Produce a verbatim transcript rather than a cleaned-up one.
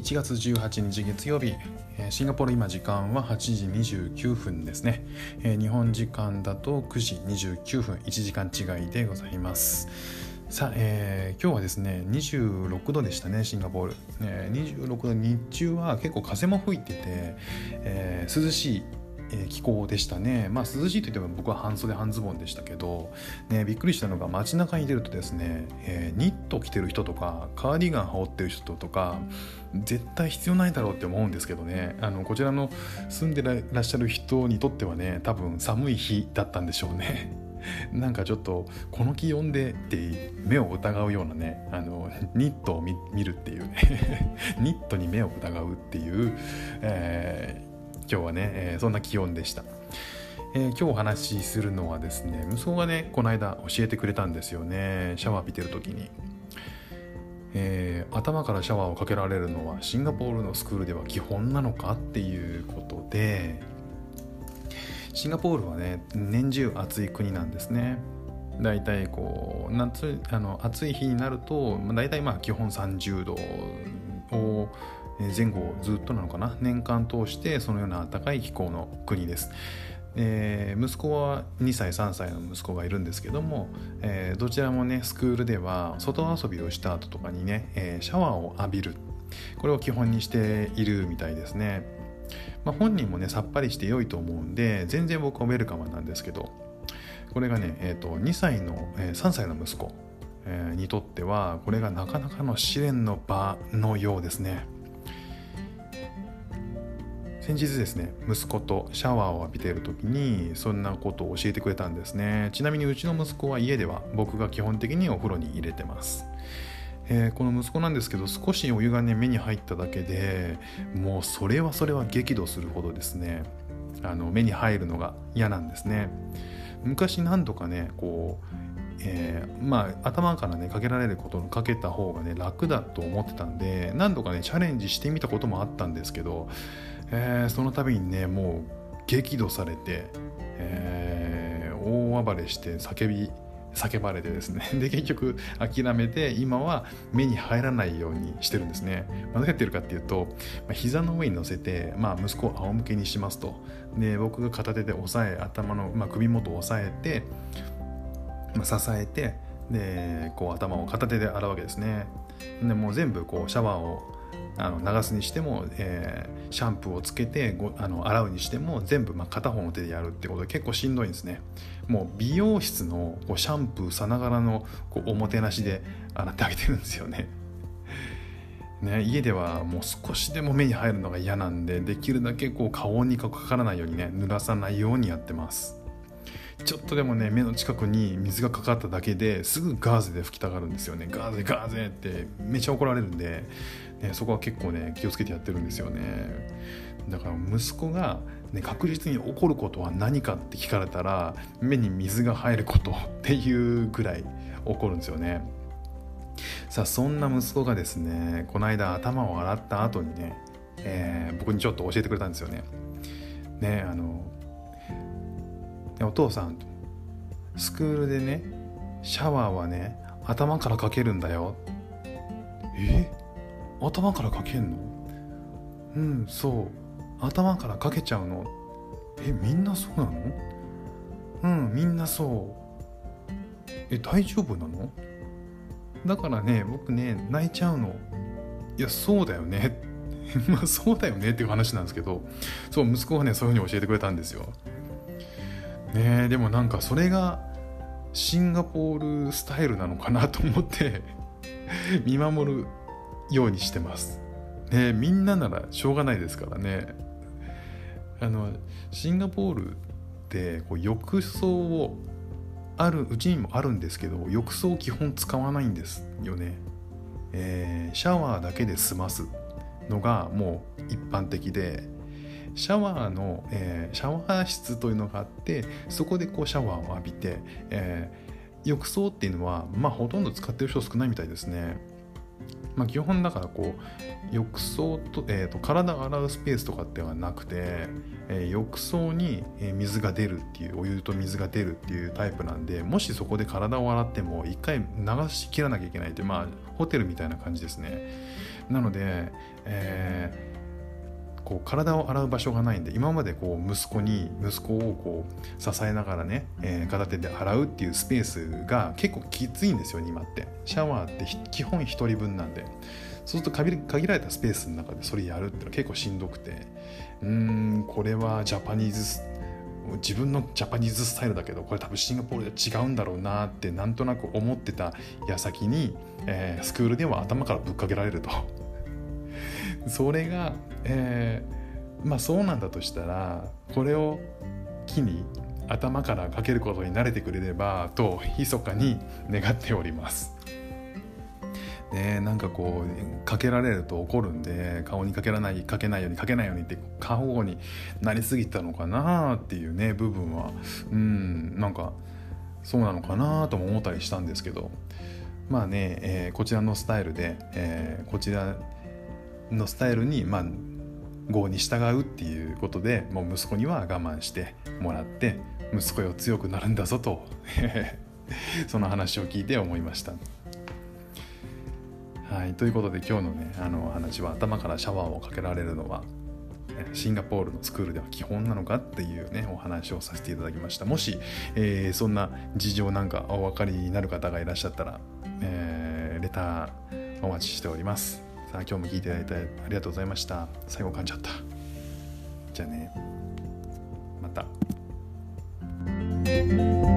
ちがつじゅうはちにち月曜日、シンガポール今時間ははちじにじゅうきゅうふんですね。日本時間だとくじにじゅうきゅうふん、いちじかん違いでございます。さあ、えー、今日はですねにじゅうろくどでしたね、シンガポール、えー、にじゅうろくど、日中は結構風も吹いてて、えー、涼しい気候でしたね。まあ涼しいといっても僕は半袖半ズボンでしたけど、ね、びっくりしたのが街中に出るとですね、えー、ニット着てる人とかカーディガン羽織ってる人とか絶対必要ないだろうって思うんですけどね、あのこちらの住んでらっしゃる人にとってはね、多分寒い日だったんでしょうね。なんかちょっとこの気温でって目を疑うようなね、あのニットを 見, 見るっていうねニットに目を疑うっていう、えー今日はね、えー、そんな気温でした。えー、今日お話しするのはですね、息子がねこの間教えてくれたんですよね。シャワー浴びてる時に、えー、頭からシャワーをかけられるのはシンガポールのスクールでは基本なのかっていうことで、シンガポールはね年中暑い国なんですね。だいたいこう夏あの暑い日になるとだいたいまあ基本さんじゅうどを前後ずっとなのかな、年間通してそのような暖かい気候の国です。えー、息子はにさいさんさいの息子がいるんですけども、えー、どちらもねスクールでは外遊びをした後とかにね、えー、シャワーを浴びる、これを基本にしているみたいですね。まあ、本人もねさっぱりして良いと思うんで全然僕はウェルカムなんですけど、これがね、えー、とにさいの、えー、さんさいの息子、えー、にとってはこれがなかなかの試練の場のようですね。先日ですね、息子とシャワーを浴びている時にそんなことを教えてくれたんですね。ちなみにうちの息子は家では僕が基本的にお風呂に入れてます。えー、この息子なんですけど、少しお湯がね目に入っただけでもうそれはそれは激怒するほどですね、あの目に入るのが嫌なんですね。昔何度かねこうえー、まあ頭からねかけられることをかけた方がね楽だと思ってたんで何度かねチャレンジしてみたこともあったんですけど、えー、その度にねもう激怒されて、えー、大暴れして叫び叫ばれてですね、で結局諦めて今は目に入らないようにしてるんですね。まあ、どうやってるかっていうと、まあ、膝の上に乗せて、まあ、息子を仰向けにしますと、で僕が片手で押さえ頭の、まあ、首元を押さえて支えて、でこう頭を片手で洗うわけですね。でもう全部こうシャワーをあの流すにしても、えー、シャンプーをつけてごあの洗うにしても全部まあ片方の手でやるってことで結構しんどいんですね。もう美容室のこうシャンプーさながらのこうおもてなしで洗ってあげてるんですよね。ね、家ではもう少しでも目に入るのが嫌なんで、できるだけこう顔にかからないようにね濡らさないようにやってます。ちょっとでもね目の近くに水がかかっただけですぐガーゼで拭きたがるんですよね。ガーゼガーゼってめちゃ怒られるんで、ね、そこは結構ね気をつけてやってるんですよね。だから息子が、ね、確実に怒ることは何かって聞かれたら目に水が入ることっていうぐらい怒るんですよね。さあそんな息子がですねこの間頭を洗った後にね、えー、僕にちょっと教えてくれたんですよね。ねあのお父さん、スクールでねシャワーはね頭からかけるんだよ。え頭からかけんの？うんそう頭からかけちゃうの。えみんなそうなの？うんみんなそう。え大丈夫なの？だからね僕ね泣いちゃうの。いやそうだよねまあそうだよねっていう話なんですけど、そう息子がねそういう風に教えてくれたんですよね。でもなんかそれがシンガポールスタイルなのかなと思って見守るようにしてますね。みんなならしょうがないですからね。あのシンガポールってこう浴槽をあるうちにもあるんですけど浴槽を基本使わないんですよね。えー、シャワーだけで済ますのがもう一般的で、シャワーの、えー、シャワー室というのがあってそこでこうシャワーを浴びて、えー、浴槽っていうのはまあほとんど使ってる人少ないみたいですね。まあ基本だからこう浴槽と、えー、と体を洗うスペースとかってはなくて、えー、浴槽に水が出るっていうお湯と水が出るっていうタイプなんで、もしそこで体を洗っても一回流し切らなきゃいけないって、まあホテルみたいな感じですね。なので、えーこう体を洗う場所がないんで、今までこう息子に息子をこう支えながらね、えー、片手で洗うっていうスペースが結構きついんですよ今って。シャワーって基本ひとりぶんなんで、そうすると限られたスペースの中でそれやるっていうのは結構しんどくて、うーんこれはジャパニーズ自分のジャパニーズスタイルだけど、これ多分シンガポールで違うんだろうなってなんとなく思ってた矢先に、えー、スクールでは頭からぶっかけられるとそれが、えー、まあそうなんだとしたら、これを機に頭からかけることに慣れてくれればと密かに願っております。ね、なんかこうかけられると怒るんで、顔にかけらないかけないようにかけないようにって過保護になりすぎたのかなっていうね部分は、うんなんかそうなのかなとも思ったりしたんですけど、まあね、えー、こちらのスタイルで、えー、こちらのスタイルにまあ郷に従うっていうことで、もう息子には我慢してもらって息子よ強くなるんだぞとその話を聞いて思いました。はい、ということで今日のねあの話は、頭からシャワーをかけられるのはシンガポールのスクールでは基本なのかっていうねお話をさせていただきました。もし、えー、そんな事情なんかお分かりになる方がいらっしゃったら、えー、レターお待ちしております。さあ今日も聞いていただいてありがとうございました。最後噛んじゃった。じゃあね、また。